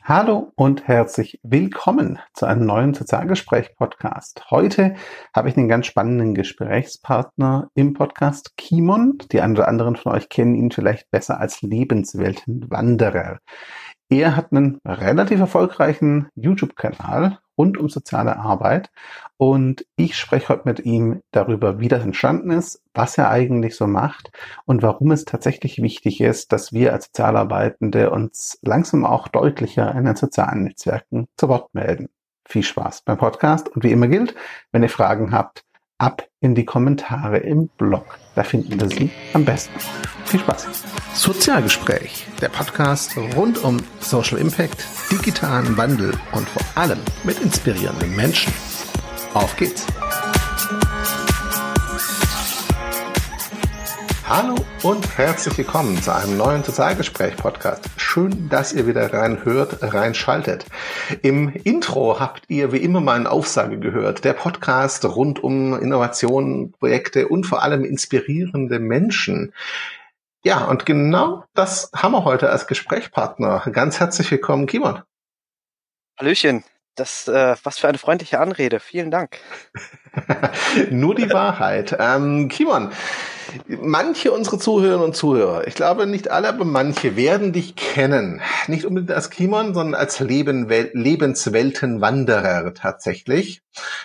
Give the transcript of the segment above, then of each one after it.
Hallo und herzlich willkommen zu einem neuen Sozialgespräch-Podcast. Heute habe ich einen ganz spannenden Gesprächspartner im Podcast, Kimon. Die einen oder anderen von euch kennen ihn vielleicht besser als Lebensweltenwanderer. Er hat einen relativ erfolgreichen YouTube-Kanal rund um soziale Arbeit und ich spreche heute mit ihm darüber, wie das entstanden ist, was er eigentlich so macht und warum es tatsächlich wichtig ist, dass wir als Sozialarbeitende uns langsam auch deutlicher in den sozialen Netzwerken zu Wort melden. Viel Spaß beim Podcast und wie immer gilt, wenn ihr Fragen habt, ab in die Kommentare im Blog. Da finden wir sie am besten. Viel Spaß. Sozialgespräch, der Podcast rund um Social Impact, digitalen Wandel und vor allem mit inspirierenden Menschen. Auf geht's! Hallo und herzlich willkommen zu einem neuen Sozialgespräch-Podcast. Schön, dass ihr wieder reinhört, reinschaltet. Im Intro habt ihr wie immer mal eine Aussage gehört. Der Podcast rund um Innovationen, Projekte und vor allem inspirierende Menschen. Ja, und genau das haben wir heute als Gesprächspartner. Ganz herzlich willkommen, Kimon. Hallöchen, was für eine freundliche Anrede. Vielen Dank. Nur die Wahrheit. Kimon, manche unserer Zuhörerinnen und Zuhörer, ich glaube nicht alle, aber manche werden dich kennen. Nicht unbedingt als Kimon, sondern als Lebensweltenwanderer tatsächlich.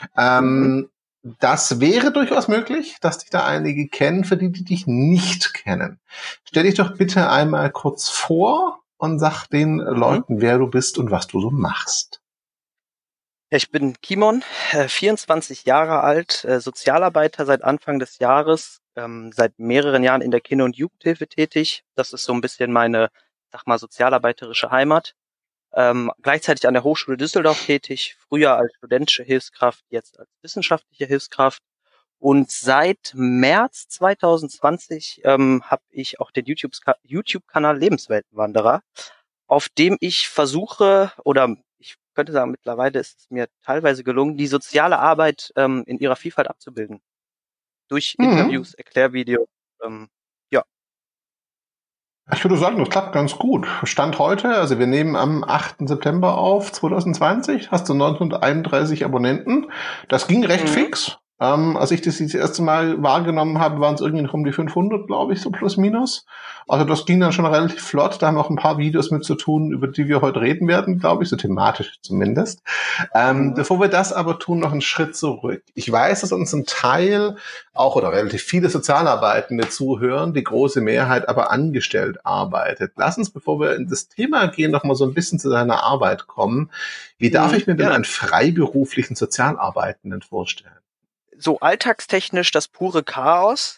Das wäre durchaus möglich, dass dich da einige kennen, für die dich nicht kennen. Stell dich doch bitte einmal kurz vor und sag den Leuten, wer du bist und was du so machst. Ja, ich bin Kimon, 24 Jahre alt, Sozialarbeiter seit Anfang des Jahres, seit mehreren Jahren in der Kinder- und Jugendhilfe tätig. Das ist so ein bisschen meine, sozialarbeiterische Heimat. Gleichzeitig an der Hochschule Düsseldorf tätig, früher als studentische Hilfskraft, jetzt als wissenschaftliche Hilfskraft. Und seit März 2020 habe ich auch den YouTube-Kanal Lebensweltenwanderer, auf dem ich versuche, oder ich könnte sagen, mittlerweile ist es mir teilweise gelungen, die soziale Arbeit in ihrer Vielfalt abzubilden. Durch Interviews, Erklärvideos, ja. Ich würde sagen, das klappt ganz gut. Stand heute, also wir nehmen am 8. September auf, 2020, hast du 931 Abonnenten. Das ging recht fix. Als ich das erste Mal wahrgenommen habe, waren es irgendwie noch um die 500, glaube ich, so plus minus. Also das ging dann schon relativ flott. Da haben wir auch ein paar Videos mit zu tun, über die wir heute reden werden, glaube ich, so thematisch zumindest. Bevor wir das aber tun, noch einen Schritt zurück. Ich weiß, dass uns ein Teil auch oder relativ viele Sozialarbeitende zuhören, die große Mehrheit aber angestellt arbeitet. Lass uns, bevor wir in das Thema gehen, noch mal so ein bisschen zu deiner Arbeit kommen. Wie darf ich mir denn einen freiberuflichen Sozialarbeitenden vorstellen? So alltagstechnisch das pure Chaos.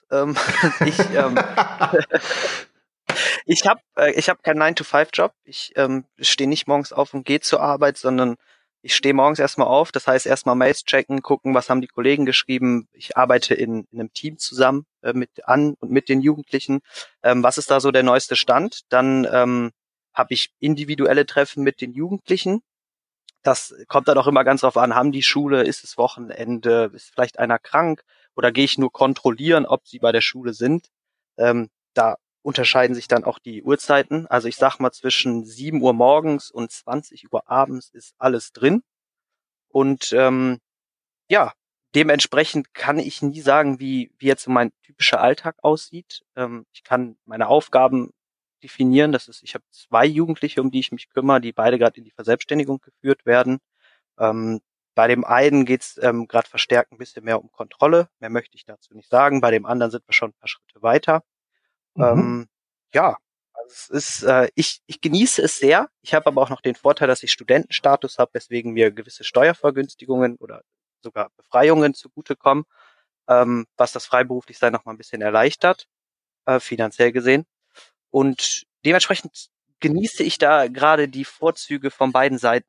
Ich hab keinen 9-to-5-Job. Ich stehe nicht morgens auf und gehe zur Arbeit, sondern ich stehe morgens erstmal auf. Das heißt, erstmal Mails checken, gucken, was haben die Kollegen geschrieben. Ich arbeite in einem Team zusammen mit den Jugendlichen. Was ist da so der neueste Stand? Dann habe ich individuelle Treffen mit den Jugendlichen. Das kommt dann auch immer ganz drauf an, haben die Schule, ist es Wochenende, ist vielleicht einer krank oder gehe ich nur kontrollieren, ob sie bei der Schule sind. Da unterscheiden sich dann auch die Uhrzeiten. Also ich sag mal, zwischen 7 Uhr morgens und 20 Uhr abends ist alles drin. Und ja, dementsprechend kann ich nie sagen, wie jetzt so mein typischer Alltag aussieht. Ich kann meine Aufgaben definieren. Ich habe 2 Jugendliche, um die ich mich kümmere, die beide gerade in die Verselbstständigung geführt werden. Bei dem einen geht's gerade verstärkt ein bisschen mehr um Kontrolle. Mehr möchte ich dazu nicht sagen. Bei dem anderen sind wir schon ein paar Schritte weiter. Ja, also es ist, ich genieße es sehr. Ich habe aber auch noch den Vorteil, dass ich Studentenstatus habe, weswegen mir gewisse Steuervergünstigungen oder sogar Befreiungen zugutekommen, was das Freiberuflichsein noch mal ein bisschen erleichtert, finanziell gesehen. Und dementsprechend genieße ich da gerade die Vorzüge von beiden Seiten.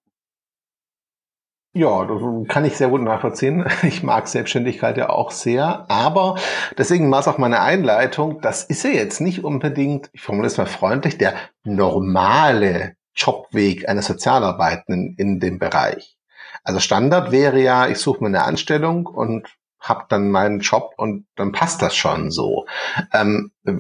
Ja, das kann ich sehr gut nachvollziehen. Ich mag Selbstständigkeit ja auch sehr, aber deswegen war es auch meine Einleitung. Das ist ja jetzt nicht unbedingt, ich formuliere es mal freundlich, der normale Jobweg eines Sozialarbeitenden in dem Bereich. Also Standard wäre ja, ich suche mir eine Anstellung und habe dann meinen Job und dann passt das schon so.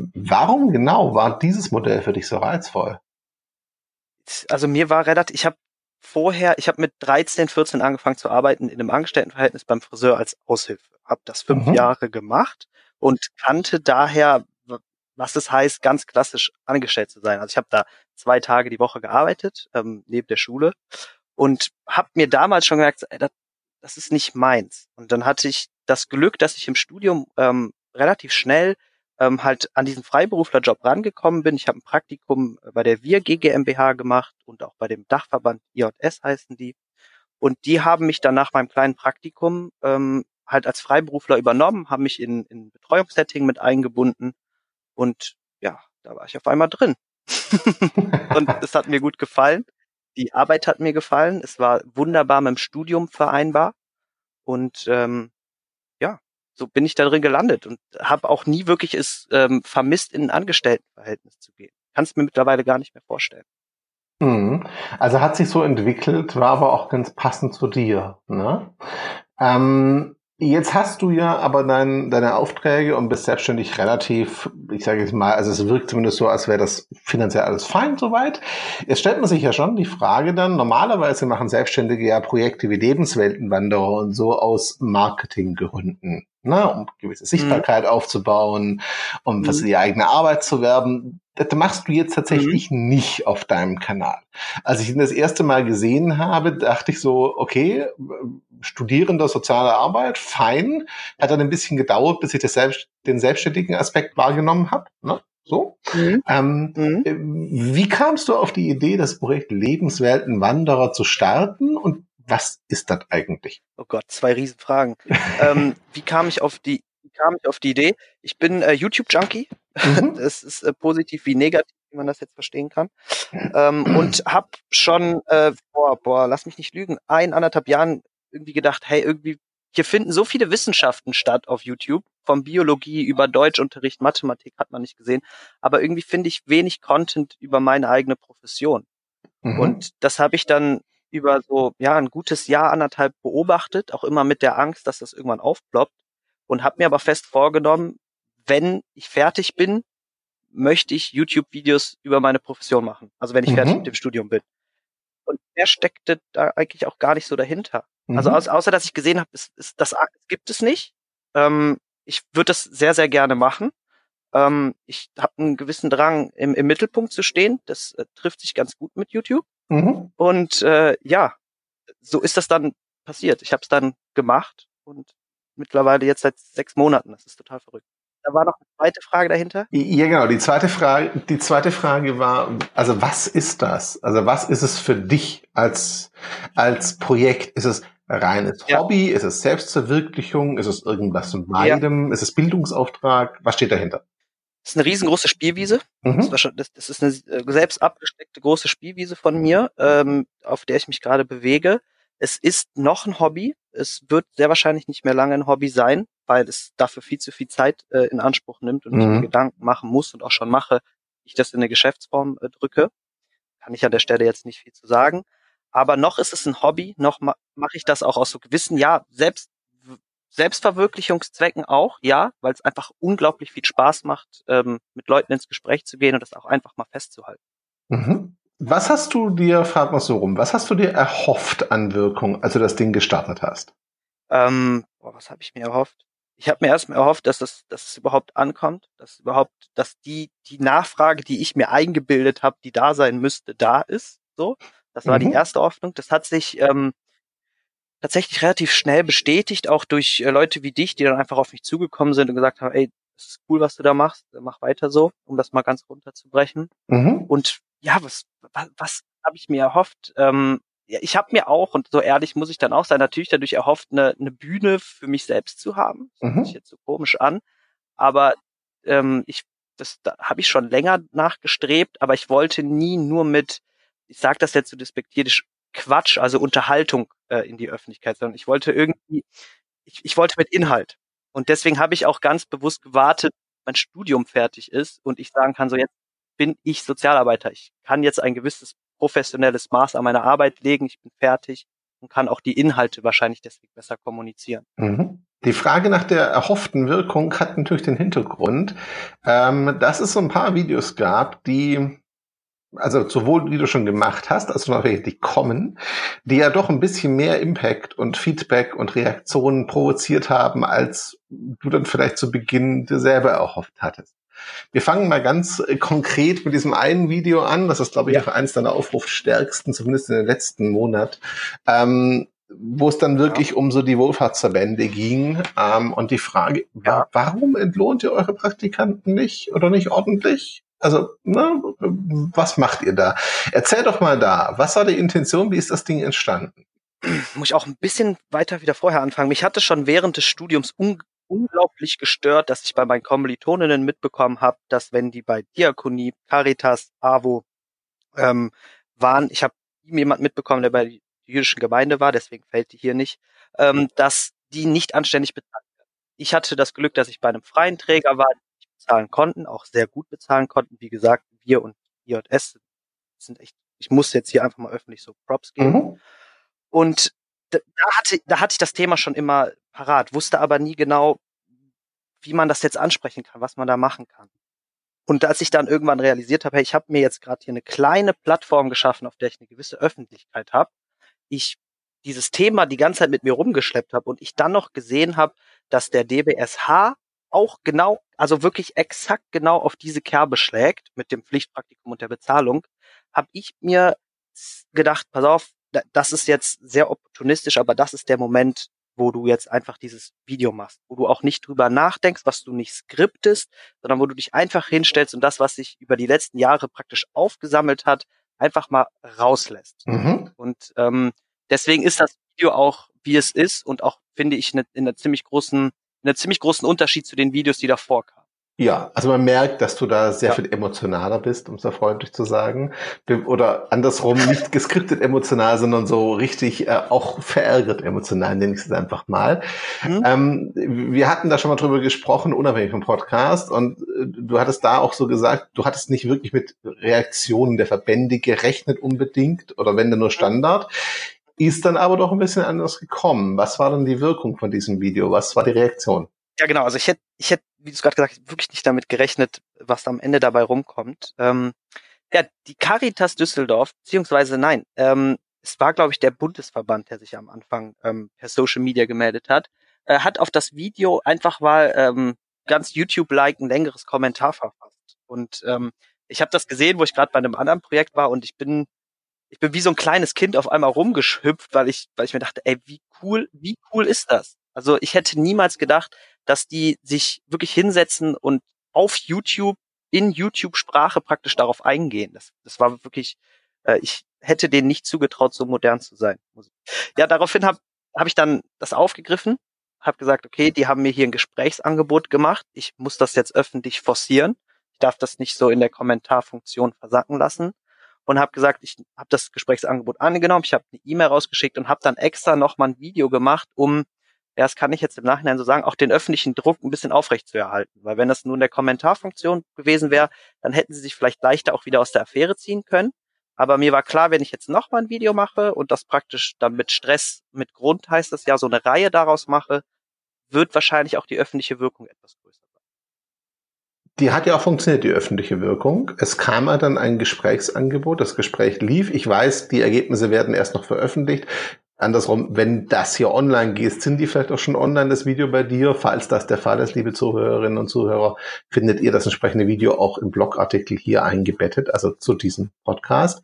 Warum genau war dieses Modell für dich so reizvoll? Also mir war ich habe vorher, ich habe mit 13, 14 angefangen zu arbeiten in einem Angestelltenverhältnis beim Friseur als Aushilfe. Habe das 5 Mhm. Jahre gemacht und kannte daher, was es heißt, ganz klassisch angestellt zu sein. Also ich habe da 2 Tage die Woche gearbeitet, neben der Schule und habe mir damals schon gemerkt, das ist nicht meins. Und dann hatte ich das Glück, dass ich im Studium relativ schnell halt an diesen Freiberuflerjob rangekommen bin. Ich habe ein Praktikum bei der Wir GmbH gemacht und auch bei dem Dachverband IJS heißen die. Und die haben mich dann nach meinem kleinen Praktikum halt als Freiberufler übernommen, haben mich in Betreuungssetting mit eingebunden und ja, da war ich auf einmal drin. Und es hat mir gut gefallen. Die Arbeit hat mir gefallen. Es war wunderbar mit dem Studium vereinbar. Und ja, so bin ich da drin gelandet und habe auch nie wirklich es vermisst, in ein Angestelltenverhältnis zu gehen. Kann es mir mittlerweile gar nicht mehr vorstellen. Mhm. Also hat sich so entwickelt, war aber auch ganz passend zu dir, ne? Jetzt hast du ja aber deine Aufträge und bist selbstständig relativ, ich sage jetzt mal, also es wirkt zumindest so, als wäre das finanziell alles fein soweit. Jetzt stellt man sich ja schon die Frage dann, normalerweise machen Selbstständige ja Projekte wie Lebensweltenwanderer und so aus Marketinggründen, ne, um gewisse Mhm. Sichtbarkeit aufzubauen, um für Mhm. die eigene Arbeit zu werben. Das machst du jetzt Mhm. tatsächlich nicht auf deinem Kanal. Als ich ihn das erste Mal gesehen habe, dachte ich so, okay, Studierender soziale Arbeit, fein. Hat dann ein bisschen gedauert, bis ich den selbstständigen Aspekt wahrgenommen habe. Ne? So. Mhm. Mhm. Wie kamst du auf die Idee, das Projekt Lebensweltenwanderer zu starten und was ist das eigentlich? Oh Gott, 2 Riesenfragen. Wie kam ich auf die Idee? Ich bin YouTube-Junkie. Mhm. Das ist positiv wie negativ, wie man das jetzt verstehen kann. Und habe schon lass mich nicht lügen, 1,5 Jahren irgendwie gedacht, hey, irgendwie, hier finden so viele Wissenschaften statt auf YouTube, von Biologie über Deutschunterricht, Mathematik hat man nicht gesehen, aber irgendwie finde ich wenig Content über meine eigene Profession. Mhm. Und das habe ich dann über so, ja, ein gutes Jahr, 1,5 beobachtet, auch immer mit der Angst, dass das irgendwann aufploppt und habe mir aber fest vorgenommen, wenn ich fertig bin, möchte ich YouTube-Videos über meine Profession machen. Also wenn ich fertig mit dem Mhm. Studium bin. Und mehr steckte da eigentlich auch gar nicht so dahinter. Also Mhm. außer dass ich gesehen habe, das gibt es nicht. Ich würde das sehr, sehr gerne machen. Ich habe einen gewissen Drang, im Mittelpunkt zu stehen. Das trifft sich ganz gut mit YouTube. Mhm. Und ja, so ist das dann passiert. Ich habe es dann gemacht und mittlerweile jetzt seit 6 Monaten. Das ist total verrückt. Da war noch eine zweite Frage dahinter. Ja, genau. Die zweite Frage war, also was ist das? Also was ist es für dich als Projekt? Ist es reines Ja, Hobby? Ist es Selbstverwirklichung? Ist es irgendwas von ja. beidem? Ist es Bildungsauftrag? Was steht dahinter? Das ist eine riesengroße Spielwiese. Mhm. Das ist eine selbst abgesteckte große Spielwiese von mir, auf der ich mich gerade bewege. Es ist noch ein Hobby. Es wird sehr wahrscheinlich nicht mehr lange ein Hobby sein, weil es dafür viel zu viel Zeit in Anspruch nimmt und ich mir Mhm. Gedanken machen muss und auch schon mache, wie ich das in eine Geschäftsform drücke. Kann ich an der Stelle jetzt nicht viel zu sagen. Aber noch ist es ein Hobby, noch mache ich das auch aus so gewissen, ja, Selbstverwirklichungszwecken auch, ja, weil es einfach unglaublich viel Spaß macht, mit Leuten ins Gespräch zu gehen und das auch einfach mal festzuhalten. Mhm. Was hast du dir, frag mal so rum, was hast du dir erhofft an Wirkung, als du das Ding gestartet hast? Was habe ich mir erhofft? Ich habe mir erstmal erhofft, dass es überhaupt ankommt, dass die Nachfrage, die ich mir eingebildet habe, die da sein müsste, da ist. So, das war die Mhm. erste Hoffnung. Das hat sich tatsächlich relativ schnell bestätigt, auch durch Leute wie dich, die dann einfach auf mich zugekommen sind und gesagt haben, ey, das ist cool, was du da machst, mach weiter so, um das mal ganz runterzubrechen. Mhm. Und ja, was habe ich mir erhofft? Ja, ich habe mir auch, und so ehrlich muss ich dann auch sein, natürlich dadurch erhofft, eine Bühne für mich selbst zu haben. Das hört sich Mhm. jetzt so komisch an, aber da habe ich schon länger nachgestrebt, aber ich wollte nie nur mit, ich sage das jetzt so despektierlich, Quatsch, also Unterhaltung in die Öffentlichkeit, sondern ich wollte mit Inhalt. Und deswegen habe ich auch ganz bewusst gewartet, bis mein Studium fertig ist und ich sagen kann, so jetzt bin ich Sozialarbeiter. Ich kann jetzt ein gewisses professionelles Maß an meiner Arbeit legen, ich bin fertig und kann auch die Inhalte wahrscheinlich deswegen besser kommunizieren. Mhm. Die Frage nach der erhofften Wirkung hat natürlich den Hintergrund, dass es so ein paar Videos gab, die also sowohl die du schon gemacht hast, als auch welche, die kommen, die ja doch ein bisschen mehr Impact und Feedback und Reaktionen provoziert haben, als du dann vielleicht zu Beginn dir selber erhofft hattest. Wir fangen mal ganz konkret mit diesem einen Video an. Das ist, glaube ich, auch eins deiner aufrufstärksten, zumindest in den letzten Monat, wo es dann wirklich um so die Wohlfahrtsverbände ging. Und die Frage, warum entlohnt ihr eure Praktikanten nicht oder nicht ordentlich? Also, ne, was macht ihr da? Erzähl doch mal da, was war die Intention, wie ist das Ding entstanden? Muss ich auch ein bisschen weiter wieder vorher anfangen. Mich hatte schon während des Studiums unglaublich gestört, dass ich bei meinen Kommilitoninnen mitbekommen habe, dass wenn die bei Diakonie, Caritas, AWO waren, ich habe jemand mitbekommen, der bei der jüdischen Gemeinde war, deswegen fällt die hier nicht, dass die nicht anständig bezahlt werden. Ich hatte das Glück, dass ich bei einem freien Träger war, die nicht bezahlen konnten, auch sehr gut bezahlen konnten. Wie gesagt, wir und IJS sind echt, ich muss jetzt hier einfach mal öffentlich so Props geben. Mhm. Und da hatte ich das Thema schon immer parat, wusste aber nie genau, wie man das jetzt ansprechen kann, was man da machen kann. Und als ich dann irgendwann realisiert habe, hey, ich habe mir jetzt gerade hier eine kleine Plattform geschaffen, auf der ich eine gewisse Öffentlichkeit habe, ich dieses Thema die ganze Zeit mit mir rumgeschleppt habe und ich dann noch gesehen habe, dass der DBSH auch genau, also wirklich exakt genau auf diese Kerbe schlägt mit dem Pflichtpraktikum und der Bezahlung, habe ich mir gedacht, pass auf, das ist jetzt sehr opportunistisch, aber das ist der Moment, wo du jetzt einfach dieses Video machst, wo du auch nicht drüber nachdenkst, was du nicht skriptest, sondern wo du dich einfach hinstellst und das, was sich über die letzten Jahre praktisch aufgesammelt hat, einfach mal rauslässt. Mhm. Und deswegen ist das Video auch, wie es ist und auch, finde ich, in einer ziemlich großen Unterschied zu den Videos, die davor kamen. Ja, also man merkt, dass du da sehr viel emotionaler bist, um es da freundlich zu sagen. Oder andersrum, nicht geskriptet emotional, sondern so richtig auch verärgert emotional, nenne ich es einfach mal. Wir hatten da schon mal drüber gesprochen, unabhängig vom Podcast, und du hattest da auch so gesagt, du hattest nicht wirklich mit Reaktionen der Verbände gerechnet unbedingt, oder wenn dann nur Standard. Ist dann aber doch ein bisschen anders gekommen. Was war denn die Wirkung von diesem Video? Was war die Reaktion? Ja, genau. Also ich hätte, wie du es gerade gesagt hast, wirklich nicht damit gerechnet, was am Ende dabei rumkommt. Ja, die Caritas Düsseldorf, beziehungsweise nein, es war, glaube ich, der Bundesverband, der sich am Anfang per Social Media gemeldet hat auf das Video einfach mal ganz YouTube-like ein längeres Kommentar verfasst. Und ich habe das gesehen, wo ich gerade bei einem anderen Projekt war und ich bin wie so ein kleines Kind auf einmal rumgehüpft, weil ich mir dachte, ey, wie cool ist das? Also ich hätte niemals gedacht, dass die sich wirklich hinsetzen und auf YouTube, in YouTube-Sprache praktisch darauf eingehen. Das war wirklich, ich hätte denen nicht zugetraut, so modern zu sein. Ja, daraufhin hab ich dann das aufgegriffen, habe gesagt, okay, die haben mir hier ein Gesprächsangebot gemacht, ich muss das jetzt öffentlich forcieren. Ich darf das nicht so in der Kommentarfunktion versacken lassen. Und habe gesagt, ich habe das Gesprächsangebot angenommen, ich habe eine E-Mail rausgeschickt und habe dann extra nochmal ein Video gemacht, um, ja, das kann ich jetzt im Nachhinein so sagen, auch den öffentlichen Druck ein bisschen aufrechtzuerhalten. Weil wenn das nur in der Kommentarfunktion gewesen wäre, dann hätten sie sich vielleicht leichter auch wieder aus der Affäre ziehen können. Aber mir war klar, wenn ich jetzt nochmal ein Video mache und das praktisch dann mit Stress, mit Grund heißt das ja, so eine Reihe daraus mache, wird wahrscheinlich auch die öffentliche Wirkung etwas größer sein. Die hat ja auch funktioniert, die öffentliche Wirkung. Es kam ja dann ein Gesprächsangebot, das Gespräch lief. Ich weiß, die Ergebnisse werden erst noch veröffentlicht. Andersrum, wenn das hier online geht, sind die vielleicht auch schon online, das Video bei dir. Falls das der Fall ist, liebe Zuhörerinnen und Zuhörer, findet ihr das entsprechende Video auch im Blogartikel hier eingebettet, also zu diesem Podcast.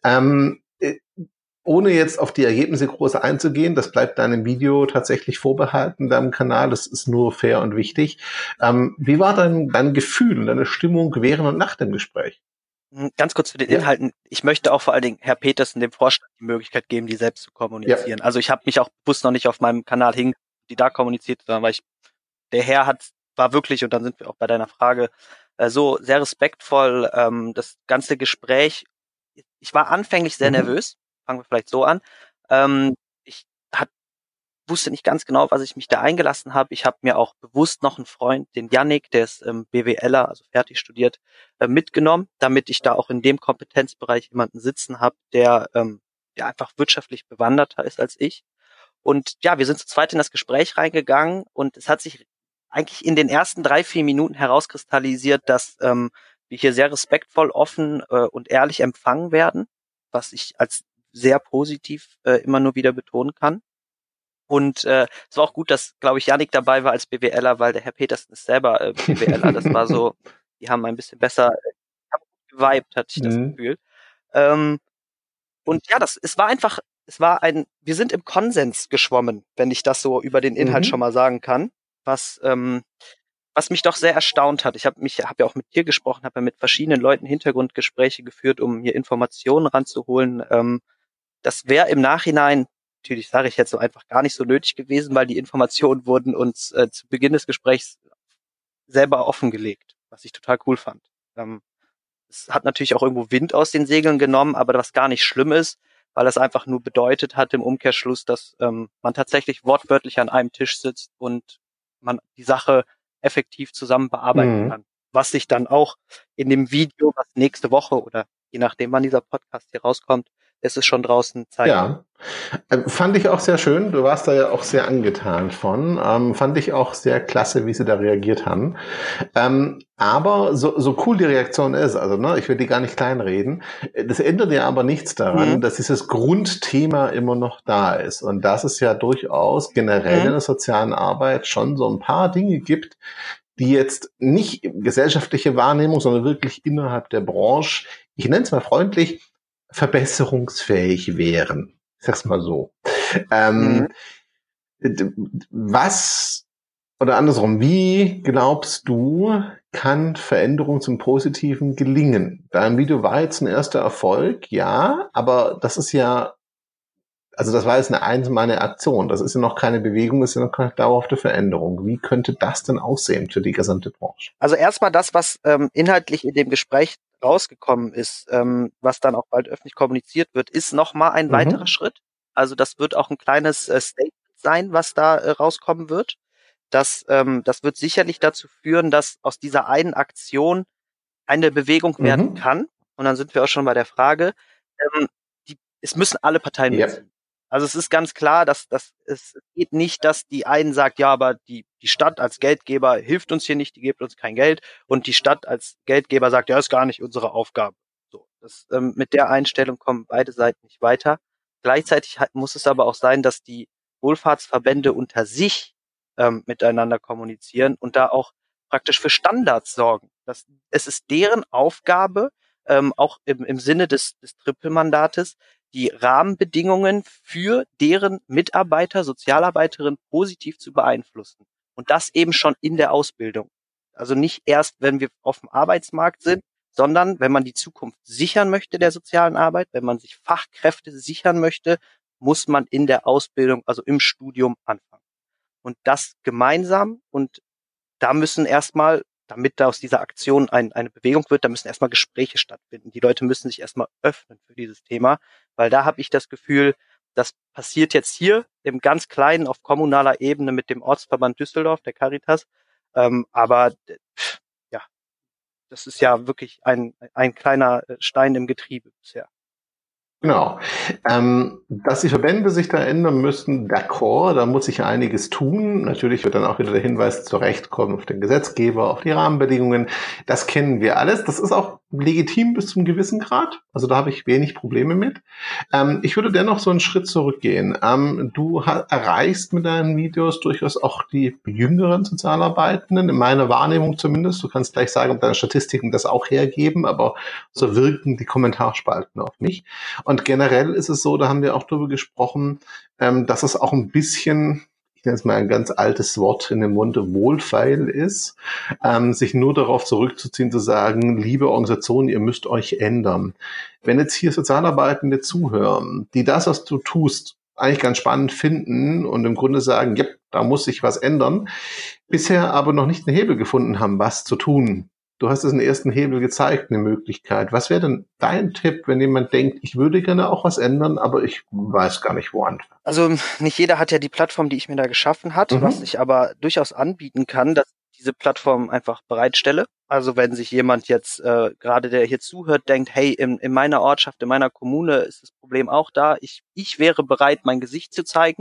Ohne jetzt auf die Ergebnisse groß einzugehen, das bleibt deinem Video tatsächlich vorbehalten, deinem Kanal, das ist nur fair und wichtig. Wie war dein Gefühl und deine Stimmung während und nach dem Gespräch? Ganz kurz zu den Inhalten. Ich möchte auch vor allen Dingen Herr Petersen, dem Vorstand, die Möglichkeit geben, die selbst zu kommunizieren. Ja. Also ich habe mich auch bewusst noch nicht auf meinem Kanal die da kommuniziert, sondern weil der Herr war wirklich, und dann sind wir auch bei deiner Frage, so sehr respektvoll, das ganze Gespräch. Ich war anfänglich sehr nervös, fangen wir vielleicht so an. Ich wusste nicht ganz genau, was ich mich da eingelassen habe. Ich habe mir auch bewusst noch einen Freund, den Yannick, der ist BWLer, also fertig studiert, mitgenommen, damit ich da auch in dem Kompetenzbereich jemanden sitzen habe, der einfach wirtschaftlich bewanderter ist als ich. Und ja, wir sind zu zweit in das Gespräch reingegangen und es hat sich eigentlich in den ersten 3-4 Minuten herauskristallisiert, dass wir hier sehr respektvoll, offen und ehrlich empfangen werden, was ich als sehr positiv immer nur wieder betonen kann. Und es war auch gut, dass, glaube ich, Yannick dabei war als BWLer, weil der Herr Petersen ist selber BWLer. Das war so, die haben ein bisschen besser geweibt, hatte ich das Gefühl. Und ja, wir sind im Konsens geschwommen, wenn ich das so über den Inhalt schon mal sagen kann, was mich doch sehr erstaunt hat. Ich habe ja auch mit dir gesprochen, habe ja mit verschiedenen Leuten Hintergrundgespräche geführt, um hier Informationen ranzuholen. Das wäre im Nachhinein, natürlich sage ich jetzt so einfach gar nicht so nötig gewesen, weil die Informationen wurden uns zu Beginn des Gesprächs selber offengelegt, was ich total cool fand. Es hat natürlich auch irgendwo Wind aus den Segeln genommen, aber was gar nicht schlimm ist, weil es einfach nur bedeutet hat im Umkehrschluss, dass man tatsächlich wortwörtlich an einem Tisch sitzt und man die Sache effektiv zusammen bearbeiten kann. Was sich dann auch in dem Video, was nächste Woche oder je nachdem, wann dieser Podcast hier rauskommt, ist es schon draußen zeigt. Ja, fand ich auch sehr schön. Du warst da ja auch sehr angetan von. Fand ich auch sehr klasse, wie sie da reagiert haben. Aber so cool die Reaktion ist, also ich will die gar nicht kleinreden, das ändert ja aber nichts daran, dass dieses Grundthema immer noch da ist. Und dass es ja durchaus generell in der sozialen Arbeit schon so ein paar Dinge gibt, die jetzt nicht gesellschaftliche Wahrnehmung, sondern wirklich innerhalb der Branche, ich nenne es mal freundlich, verbesserungsfähig wären. Ich sag's mal so. Was oder andersrum, wie glaubst du, kann Veränderung zum Positiven gelingen? Dein Video war jetzt ein erster Erfolg, ja, aber das ist ja, also das war jetzt eine einmalige Aktion. Das ist ja noch keine Bewegung, das ist ja noch keine dauerhafte Veränderung. Wie könnte das denn aussehen für die gesamte Branche? Also erstmal das, was inhaltlich in dem Gespräch rausgekommen ist, was dann auch bald öffentlich kommuniziert wird, ist nochmal ein weiterer Schritt. Also das wird auch ein kleines Statement sein, was da rauskommen wird. Das wird sicherlich dazu führen, dass aus dieser einen Aktion eine Bewegung werden kann. Und dann sind wir auch schon bei der Frage, es müssen alle Parteien mitziehen. Also es ist ganz klar, dass es geht nicht, dass die einen sagt, ja, aber die Stadt als Geldgeber hilft uns hier nicht, die gibt uns kein Geld, und die Stadt als Geldgeber sagt, ja, ist gar nicht unsere Aufgabe. So, mit der Einstellung kommen beide Seiten nicht weiter. Gleichzeitig muss es aber auch sein, dass die Wohlfahrtsverbände unter sich miteinander kommunizieren und da auch praktisch für Standards sorgen. Es ist deren Aufgabe, auch im Sinne des Trippelmandates, die Rahmenbedingungen für deren Mitarbeiter, Sozialarbeiterinnen positiv zu beeinflussen. Und das eben schon in der Ausbildung. Also nicht erst, wenn wir auf dem Arbeitsmarkt sind, sondern wenn man die Zukunft sichern möchte der sozialen Arbeit, wenn man sich Fachkräfte sichern möchte, muss man in der Ausbildung, also im Studium anfangen. Und das gemeinsam, und da müssen erstmal, damit da aus dieser Aktion eine Bewegung wird, da müssen erstmal Gespräche stattfinden. Die Leute müssen sich erstmal öffnen für dieses Thema, weil da habe ich das Gefühl, das passiert jetzt hier im ganz Kleinen auf kommunaler Ebene mit dem Ortsverband Düsseldorf, der Caritas. Aber ja, das ist ja wirklich ein kleiner Stein im Getriebe bisher. Genau. Dass die Verbände sich da ändern müssen, d'accord, da muss sich einiges tun. Natürlich wird dann auch wieder der Hinweis zurechtkommen auf den Gesetzgeber, auf die Rahmenbedingungen. Das kennen wir alles. Das ist auch legitim bis zum gewissen Grad. Also da habe ich wenig Probleme mit. Ich würde dennoch so einen Schritt zurückgehen. Du erreichst mit deinen Videos durchaus auch die jüngeren Sozialarbeitenden, in meiner Wahrnehmung zumindest. Du kannst gleich sagen, ob deine Statistiken das auch hergeben, aber so wirken die Kommentarspalten auf mich. Und generell ist es so, da haben wir auch drüber gesprochen, dass es auch ein bisschen, ich nenne es mal ein ganz altes Wort in dem Munde, wohlfeil ist, sich nur darauf zurückzuziehen, zu sagen, liebe Organisation, ihr müsst euch ändern. Wenn jetzt hier Sozialarbeitende zuhören, die das, was du tust, eigentlich ganz spannend finden und im Grunde sagen, ja, da muss sich was ändern, bisher aber noch nicht einen Hebel gefunden haben, was zu tun. Du hast es einen ersten Hebel gezeigt, eine Möglichkeit. Was wäre denn dein Tipp, wenn jemand denkt, ich würde gerne auch was ändern, aber ich weiß gar nicht, wo anfangen? Also nicht jeder hat ja die Plattform, die ich mir da geschaffen hat, was ich aber durchaus anbieten kann, dass ich diese Plattform einfach bereitstelle. Also wenn sich jemand jetzt gerade, der hier zuhört, denkt, hey, in meiner Ortschaft, in meiner Kommune ist das Problem auch da. Ich wäre bereit, mein Gesicht zu zeigen.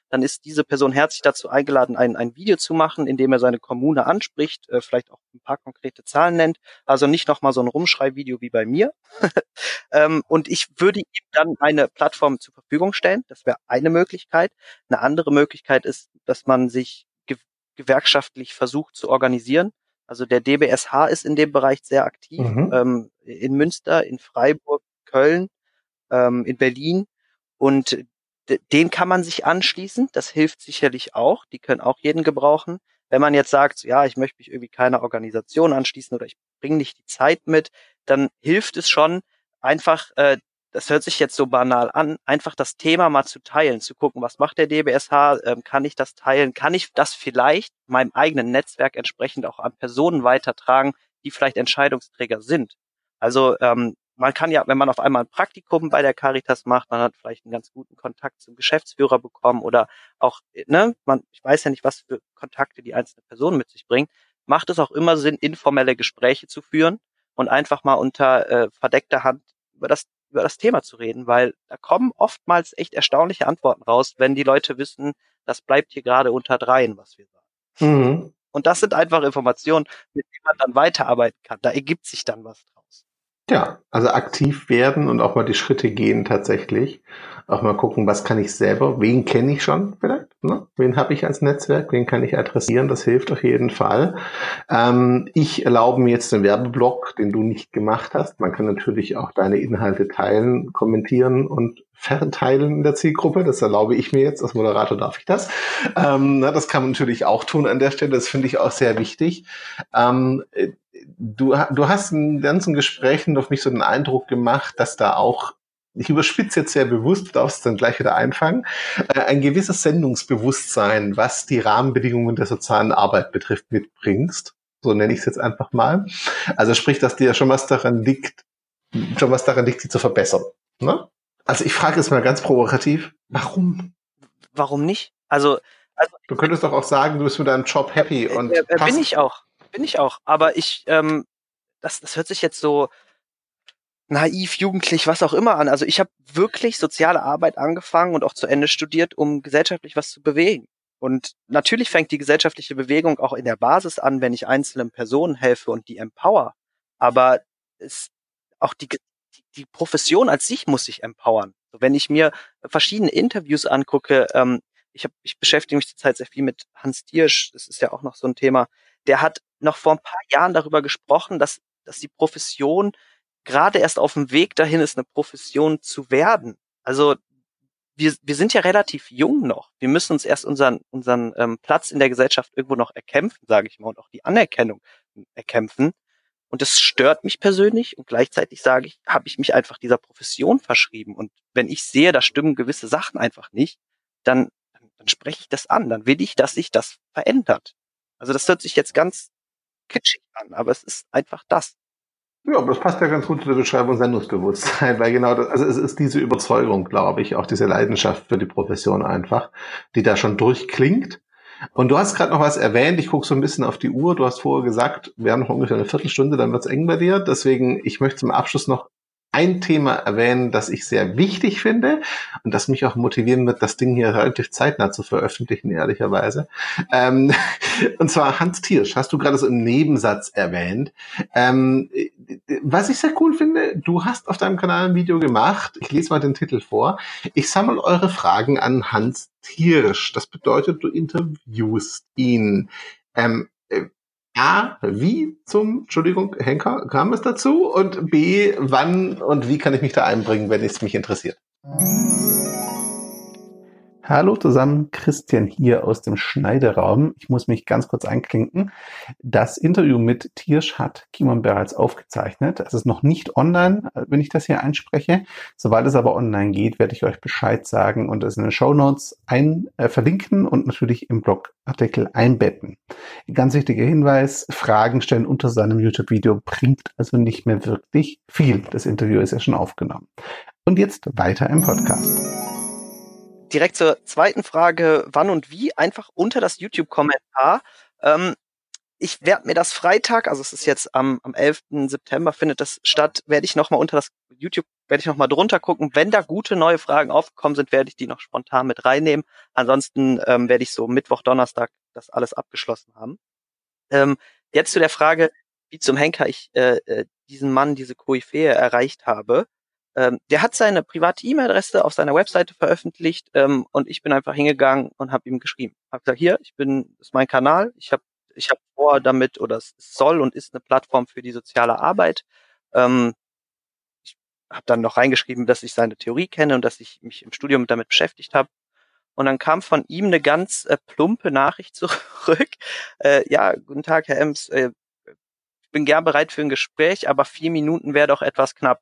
dann ist diese Person herzlich dazu eingeladen, ein Video zu machen, in dem er seine Kommune anspricht, vielleicht auch ein paar konkrete Zahlen nennt. Also nicht nochmal so ein Rumschrei-Video wie bei mir. Und ich würde ihm dann eine Plattform zur Verfügung stellen. Das wäre eine Möglichkeit. Eine andere Möglichkeit ist, dass man sich gewerkschaftlich versucht zu organisieren. Also der DBSH ist in dem Bereich sehr aktiv, in Münster, in Freiburg, Köln, in Berlin. Und den kann man sich anschließen. Das hilft sicherlich auch. Die können auch jeden gebrauchen. Wenn man jetzt sagt, ja, ich möchte mich irgendwie keiner Organisation anschließen oder ich bringe nicht die Zeit mit, dann hilft es schon, einfach, das hört sich jetzt so banal an, einfach das Thema mal zu teilen, zu gucken, was macht der DBSH, kann ich das teilen, kann ich das vielleicht meinem eigenen Netzwerk entsprechend auch an Personen weitertragen, die vielleicht Entscheidungsträger sind. Also man kann ja, wenn man auf einmal ein Praktikum bei der Caritas macht, man hat vielleicht einen ganz guten Kontakt zum Geschäftsführer bekommen oder auch, ich weiß ja nicht, was für Kontakte die einzelne Person mit sich bringt, macht es auch immer Sinn, informelle Gespräche zu führen und einfach mal unter verdeckter Hand über das Thema zu reden, weil da kommen oftmals echt erstaunliche Antworten raus, wenn die Leute wissen, das bleibt hier gerade unter dreien, was wir sagen. Mhm. Und das sind einfach Informationen, mit denen man dann weiterarbeiten kann. Da ergibt sich dann was draus. Ja, also aktiv werden und auch mal die Schritte gehen tatsächlich. Auch mal gucken, was kann ich selber, wen kenne ich schon vielleicht, ne? Wen habe ich als Netzwerk, wen kann ich adressieren, das hilft auf jeden Fall. Ich erlaube mir jetzt den Werbeblock, den du nicht gemacht hast. Man kann natürlich auch deine Inhalte teilen, kommentieren und verteilen in der Zielgruppe. Das erlaube ich mir jetzt, als Moderator darf ich das. Das kann man natürlich auch tun an der Stelle, das finde ich auch sehr wichtig. Du hast in ganzen Gesprächen auf mich so den Eindruck gemacht, dass da auch, ich überspitze jetzt sehr bewusst, darfst dann gleich wieder einfangen, ein gewisses Sendungsbewusstsein, was die Rahmenbedingungen der sozialen Arbeit betrifft, mitbringst. So nenne ich es jetzt einfach mal. Also sprich, dass dir schon was daran liegt, sie zu verbessern. Ne? Also ich frage jetzt mal ganz provokativ, warum? Warum nicht? Also du könntest doch auch sagen, du bist mit deinem Job happy und bin ich auch. Aber das hört sich jetzt so naiv, jugendlich, was auch immer an. Also ich habe wirklich soziale Arbeit angefangen und auch zu Ende studiert, um gesellschaftlich was zu bewegen. Und natürlich fängt die gesellschaftliche Bewegung auch in der Basis an, wenn ich einzelnen Personen helfe und die empower. Aber auch die Profession als sich muss sich empowern. Wenn ich mir verschiedene Interviews angucke, ich beschäftige mich zurzeit sehr viel mit Hans Diersch, das ist ja auch noch so ein Thema, der hat noch vor ein paar Jahren darüber gesprochen, dass die Profession gerade erst auf dem Weg dahin ist, eine Profession zu werden. Also wir sind ja relativ jung noch. Wir müssen uns erst unseren Platz in der Gesellschaft irgendwo noch erkämpfen, sage ich mal, und auch die Anerkennung erkämpfen. Und das stört mich persönlich und gleichzeitig sage ich, habe ich mich einfach dieser Profession verschrieben. Und wenn ich sehe, da stimmen gewisse Sachen einfach nicht, dann spreche ich das an. Dann will ich, dass sich das verändert. Also das hört sich jetzt ganz kitschig an, aber es ist einfach das. Ja, aber das passt ja ganz gut zu der Beschreibung Sendungsbewusstsein, weil genau das, also es ist diese Überzeugung, glaube ich, auch diese Leidenschaft für die Profession einfach, die da schon durchklingt. Und du hast gerade noch was erwähnt, ich gucke so ein bisschen auf die Uhr, du hast vorher gesagt, wir haben noch ungefähr eine Viertelstunde, dann wird's eng bei dir, deswegen, ich möchte zum Abschluss noch ein Thema erwähnen, das ich sehr wichtig finde und das mich auch motivieren wird, das Ding hier relativ zeitnah zu veröffentlichen, ehrlicherweise. Und zwar Hans Thiersch, hast du gerade so im Nebensatz erwähnt. Was ich sehr cool finde, du hast auf deinem Kanal ein Video gemacht, ich lese mal den Titel vor, ich sammle eure Fragen an Hans Thiersch. Das bedeutet, du interviewst ihn. A, wie zum, Entschuldigung, Henker, kam es dazu? Und B, wann und wie kann ich mich da einbringen, wenn es mich interessiert? Hallo zusammen, Christian hier aus dem Schneideraum. Ich muss mich ganz kurz einklinken. Das Interview mit Thiersch hat Kimon bereits aufgezeichnet. Es ist noch nicht online, wenn ich das hier einspreche. Sobald es aber online geht, werde ich euch Bescheid sagen und es in den Shownotes verlinken und natürlich im Blogartikel einbetten. Ganz wichtiger Hinweis, Fragen stellen unter seinem YouTube-Video bringt also nicht mehr wirklich viel. Das Interview ist ja schon aufgenommen. Und jetzt weiter im Podcast. Direkt zur zweiten Frage, wann und wie, einfach unter das YouTube-Kommentar. Ich werde mir das Freitag, also es ist jetzt am 11. September findet das statt, werde ich nochmal unter das werde ich noch mal drunter gucken. Wenn da gute neue Fragen aufgekommen sind, werde ich die noch spontan mit reinnehmen. Ansonsten werde ich so Mittwoch, Donnerstag das alles abgeschlossen haben. Jetzt zu der Frage, wie zum Henker ich diesen Mann, diese Koryphäe erreicht habe. Der hat seine private E-Mail-Adresse auf seiner Webseite veröffentlicht und ich bin einfach hingegangen und habe ihm geschrieben. Habe gesagt, hier, das ist mein Kanal. Ich hab vor damit, oder es soll und ist eine Plattform für die soziale Arbeit. Ich habe dann noch reingeschrieben, dass ich seine Theorie kenne und dass ich mich im Studium damit beschäftigt habe. Und dann kam von ihm eine ganz plumpe Nachricht zurück. Ja, guten Tag, Herr Ems. Ich bin gern bereit für ein Gespräch, aber 4 Minuten wäre doch etwas knapp.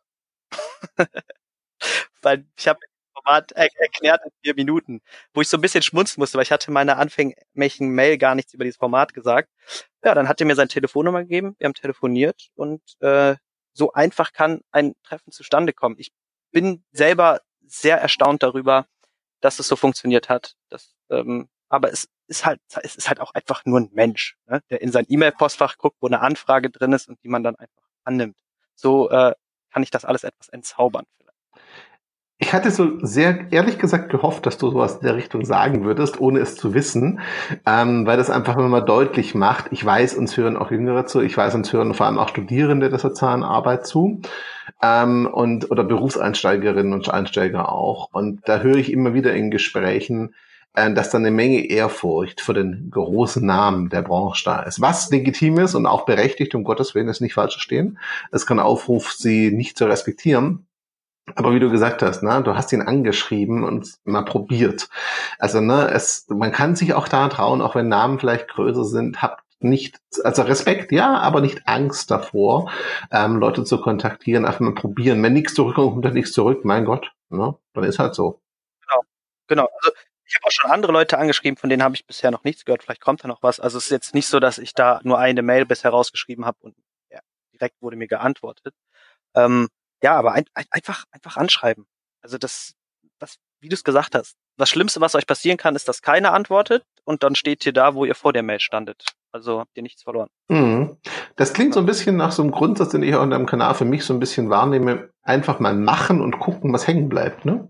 Weil ich habe das Format erklärt in 4 Minuten, wo ich so ein bisschen schmunzeln musste, weil ich hatte in meiner anfänglichen Mail gar nichts über dieses Format gesagt. Ja, dann hat er mir seine Telefonnummer gegeben, wir haben telefoniert und so einfach kann ein Treffen zustande kommen. Ich bin selber sehr erstaunt darüber, dass es so funktioniert hat. Aber es ist halt auch einfach nur ein Mensch, ne, der in sein E-Mail-Postfach guckt, wo eine Anfrage drin ist und die man dann einfach annimmt. So kann ich das alles etwas entzaubern vielleicht. Ich hatte so sehr ehrlich gesagt gehofft, dass du sowas in der Richtung sagen würdest, ohne es zu wissen, weil das einfach immer mal deutlich macht. Ich weiß, uns hören auch Jüngere zu, ich weiß, uns hören vor allem auch Studierende der sozialen Arbeit zu oder Berufseinsteigerinnen und Einsteiger auch. Und da höre ich immer wieder in Gesprächen, dass da eine Menge Ehrfurcht vor den großen Namen der Branche da ist. Was legitim ist und auch berechtigt, um Gottes Willen, ist nicht falsch verstehen. Es kann Aufruf, sie nicht zu respektieren. Aber wie du gesagt hast, ne, du hast ihn angeschrieben und mal probiert. Also, ne, man kann sich auch da trauen, auch wenn Namen vielleicht größer sind, habt nicht, also Respekt, ja, aber nicht Angst davor, Leute zu kontaktieren, einfach mal probieren. Wenn nichts zurückkommt, kommt dann nichts zurück, mein Gott, ne, dann ist halt so. Genau. Also ich habe auch schon andere Leute angeschrieben, von denen habe ich bisher noch nichts gehört. Vielleicht kommt da noch was. Also es ist jetzt nicht so, dass ich da nur eine Mail bisher rausgeschrieben habe und ja, direkt wurde mir geantwortet. Ja, aber einfach anschreiben. Also das, wie du es gesagt hast, das Schlimmste, was euch passieren kann, ist, dass keiner antwortet und dann steht ihr da, wo ihr vor der Mail standet. Also habt ihr nichts verloren. Mhm. Das klingt so ein bisschen nach so einem Grundsatz, den ich auch in deinem Kanal für mich so ein bisschen wahrnehme. Einfach mal machen und gucken, was hängen bleibt, ne?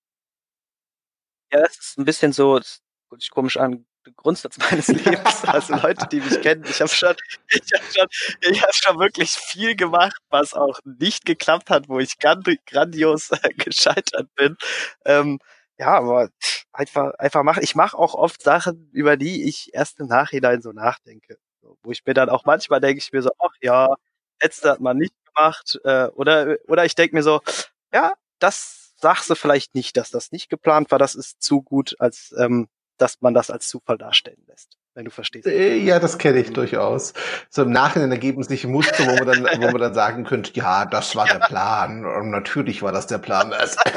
Ja, das ist ein bisschen so, das hört sich komisch an, der Grundsatz meines Lebens. Also Leute, die mich kennen, ich habe schon wirklich viel gemacht, was auch nicht geklappt hat, wo ich grandios gescheitert bin. Ja, aber einfach machen. Ich mache auch oft Sachen, über die ich erst im Nachhinein so nachdenke. So, wo ich mir dann auch manchmal denke ich mir so, ach ja, letzte hat man nicht gemacht. Oder ich denke mir so, ja, das sagst du vielleicht nicht, dass das nicht geplant war. Das ist zu gut, als dass man das als Zufall darstellen lässt, wenn du verstehst. Ja, das kenne ich durchaus. So im Nachhinein ergeben sich Muster, wo man dann sagen könnte, ja, das war der Plan. Und natürlich war das der Plan.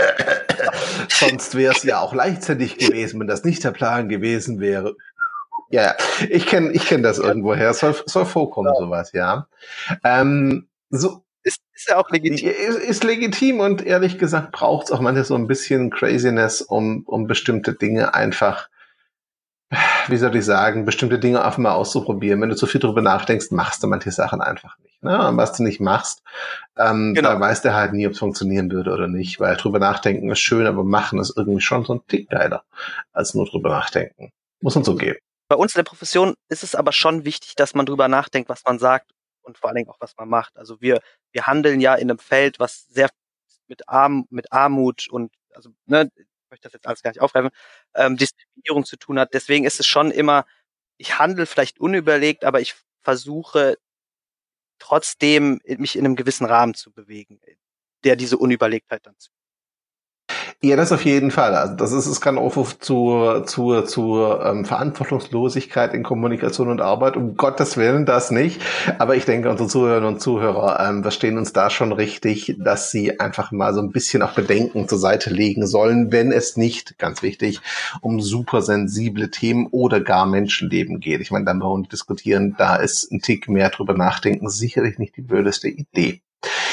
Sonst wäre es ja auch leichtsinnig gewesen, wenn das nicht der Plan gewesen wäre. Ja, ich kenn das irgendwoher. Es soll vorkommen, sowas, ja. So. Ist ja auch legitim. Ist legitim und ehrlich gesagt braucht es auch manchmal so ein bisschen Craziness, um bestimmte Dinge einfach, wie soll ich sagen, bestimmte Dinge einfach mal auszuprobieren. Wenn du zu viel drüber nachdenkst, machst du manche Sachen einfach nicht. Ne? Und was du nicht machst, da weißt du halt nie, ob es funktionieren würde oder nicht. Weil drüber nachdenken ist schön, aber machen ist irgendwie schon so ein Tick geiler, als nur drüber nachdenken. Muss man so geben. Bei uns in der Profession ist es aber schon wichtig, dass man drüber nachdenkt, was man sagt und vor allen Dingen auch, was man macht. Also wir handeln ja in einem Feld, was sehr mit Armut und, also, ne, ich möchte das jetzt alles gar nicht aufgreifen, Diskriminierung zu tun hat. Deswegen ist es schon immer, ich handle vielleicht unüberlegt, aber ich versuche trotzdem, mich in einem gewissen Rahmen zu bewegen, der diese Unüberlegtheit dann zu. Ja, das auf jeden Fall. Also das ist kein Aufruf zur Verantwortungslosigkeit in Kommunikation und Arbeit. Um Gottes Willen, das nicht. Aber ich denke, unsere Zuhörerinnen und Zuhörer verstehen uns da schon richtig, dass sie einfach mal so ein bisschen auch Bedenken zur Seite legen sollen, wenn es nicht, ganz wichtig, um super sensible Themen oder gar Menschenleben geht. Ich meine, dann brauchen wir diskutieren, da ist ein Tick mehr drüber nachdenken sicherlich nicht die blödeste Idee.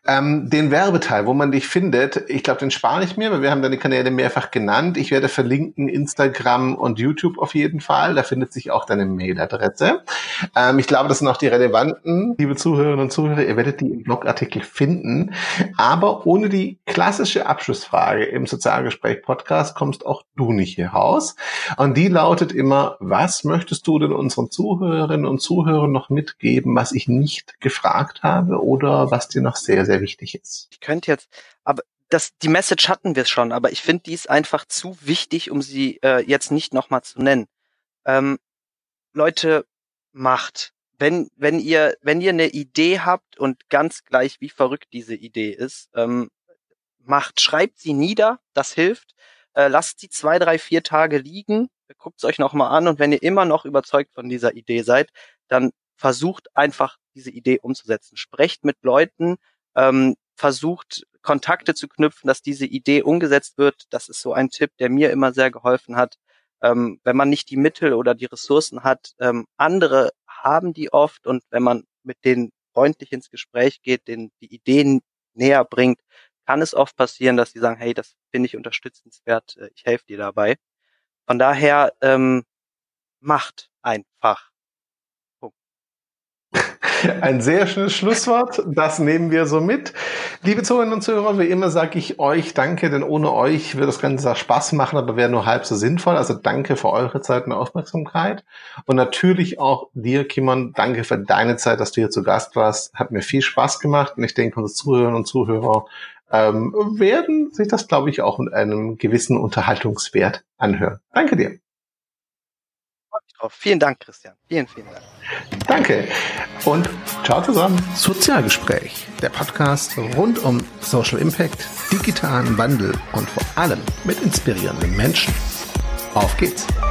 Den Werbeteil, wo man dich findet, ich glaube, den spare ich mir, weil wir haben deine Kanäle mehrfach genannt. Ich werde verlinken Instagram und YouTube auf jeden Fall. Da findet sich auch deine Mailadresse. Ich glaube, das sind auch die relevanten, liebe Zuhörerinnen und Zuhörer. Ihr werdet die im Blogartikel finden. Aber ohne die klassische Abschlussfrage im Sozialgespräch-Podcast kommst auch du nicht hier raus. Und die lautet immer, was möchtest du denn unseren Zuhörerinnen und Zuhörern noch mitgeben, was ich nicht gefragt habe oder was dir noch sehr, sehr wichtig ist? Ich könnte jetzt, aber die Message hatten wir schon, aber ich finde, die ist einfach zu wichtig, um sie jetzt nicht nochmal zu nennen. Leute, macht. Wenn ihr eine Idee habt und ganz gleich, wie verrückt diese Idee ist, macht, schreibt sie nieder, das hilft. Lasst sie 2, 3, 4 Tage liegen, guckt es euch nochmal an und wenn ihr immer noch überzeugt von dieser Idee seid, dann versucht einfach diese Idee umzusetzen. Sprecht mit Leuten, versucht Kontakte zu knüpfen, dass diese Idee umgesetzt wird. Das ist so ein Tipp, der mir immer sehr geholfen hat. Wenn man nicht die Mittel oder die Ressourcen hat, andere haben die oft und wenn man mit denen freundlich ins Gespräch geht, denen die Ideen näher bringt, kann es oft passieren, dass sie sagen, hey, das finde ich unterstützenswert, ich helfe dir dabei. Von daher macht einfach. Ein sehr schönes Schlusswort, das nehmen wir so mit. Liebe Zuhörerinnen und Zuhörer, wie immer sage ich euch danke, denn ohne euch würde das Ganze Spaß machen, aber wäre nur halb so sinnvoll. Also danke für eure Zeit und Aufmerksamkeit. Und natürlich auch dir, Kimon, danke für deine Zeit, dass du hier zu Gast warst. Hat mir viel Spaß gemacht und ich denke, unsere Zuhörerinnen und Zuhörer werden sich das, glaube ich, auch mit einem gewissen Unterhaltungswert anhören. Danke dir. Vielen Dank, Christian. Vielen, vielen Dank. Danke und ciao zusammen. Sozialgespräch, der Podcast rund um Social Impact, digitalen Wandel und vor allem mit inspirierenden Menschen. Auf geht's!